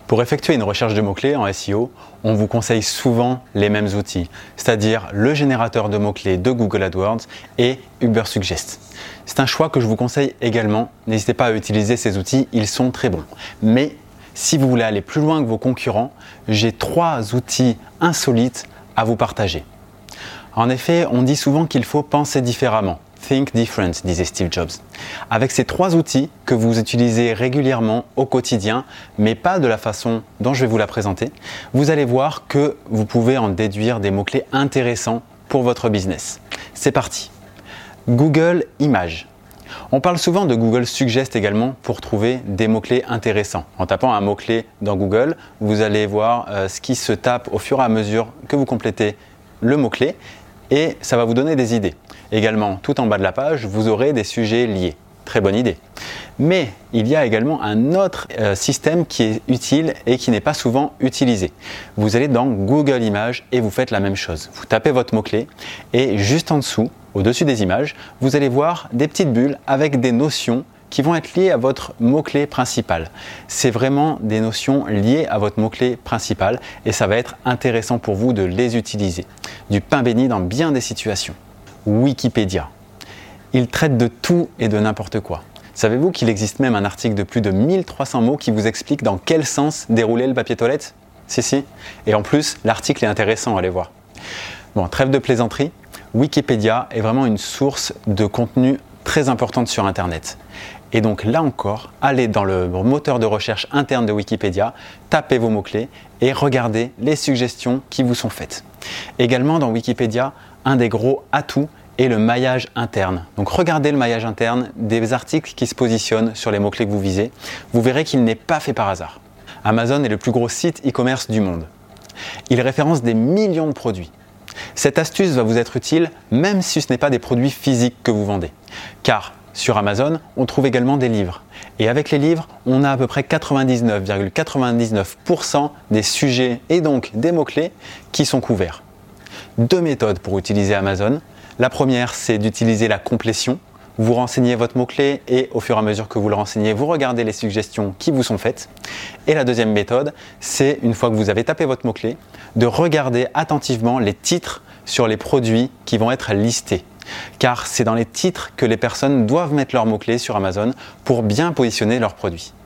Pour effectuer une recherche de mots-clés en SEO, on vous conseille souvent les mêmes outils, c'est-à-dire le générateur de mots-clés de Google AdWords et Ubersuggest. C'est un choix que je vous conseille également, n'hésitez pas à utiliser ces outils, ils sont très bons. Mais si vous voulez aller plus loin que vos concurrents, j'ai 3 outils insolites à vous partager. En effet, on dit souvent qu'il faut penser différemment. Think different, disait Steve Jobs. Avec ces 3 outils que vous utilisez régulièrement au quotidien, mais pas de la façon dont je vais vous la présenter, vous allez voir que vous pouvez en déduire des mots-clés intéressants pour votre business. C'est parti. Google Images. On parle souvent de Google Suggest également pour trouver des mots-clés intéressants. En tapant un mot-clé dans Google, vous allez voir ce qui se tape au fur et à mesure que vous complétez le mot-clé et ça va vous donner des idées. Également, tout en bas de la page, vous aurez des sujets liés. Très bonne idée. Mais il y a également un autre système qui est utile et qui n'est pas souvent utilisé. Vous allez dans Google Images et vous faites la même chose. Vous tapez votre mot-clé et juste en dessous, au-dessus des images, vous allez voir des petites bulles avec des notions qui vont être liées à votre mot-clé principal. C'est vraiment des notions liées à votre mot-clé principal et ça va être intéressant pour vous de les utiliser. Du pain béni dans bien des situations. Wikipédia. Il traite de tout et de n'importe quoi. Savez-vous qu'il existe même un article de plus de 1300 mots qui vous explique dans quel sens dérouler le papier toilette? Si. Et en plus, l'article est intéressant, allez voir. Bon, trêve de plaisanterie. Wikipédia est vraiment une source de contenu très importante sur Internet. Et donc là encore, allez dans le moteur de recherche interne de Wikipédia, tapez vos mots-clés et regardez les suggestions qui vous sont faites. Également dans Wikipédia, un des gros atouts est le maillage interne. Donc regardez le maillage interne des articles qui se positionnent sur les mots-clés que vous visez. Vous verrez qu'il n'est pas fait par hasard. Amazon est le plus gros site e-commerce du monde. Il référence des millions de produits. Cette astuce va vous être utile même si ce n'est pas des produits physiques que vous vendez. Car sur Amazon, on trouve également des livres. Et avec les livres, on a à peu près 99,99% des sujets et donc des mots-clés qui sont couverts. 2 méthodes pour utiliser Amazon. La première, c'est d'utiliser la complétion. Vous renseignez votre mot-clé et au fur et à mesure que vous le renseignez, vous regardez les suggestions qui vous sont faites. Et la deuxième méthode, c'est une fois que vous avez tapé votre mot-clé, de regarder attentivement les titres sur les produits qui vont être listés. Car c'est dans les titres que les personnes doivent mettre leurs mots-clés sur Amazon pour bien positionner leurs produits.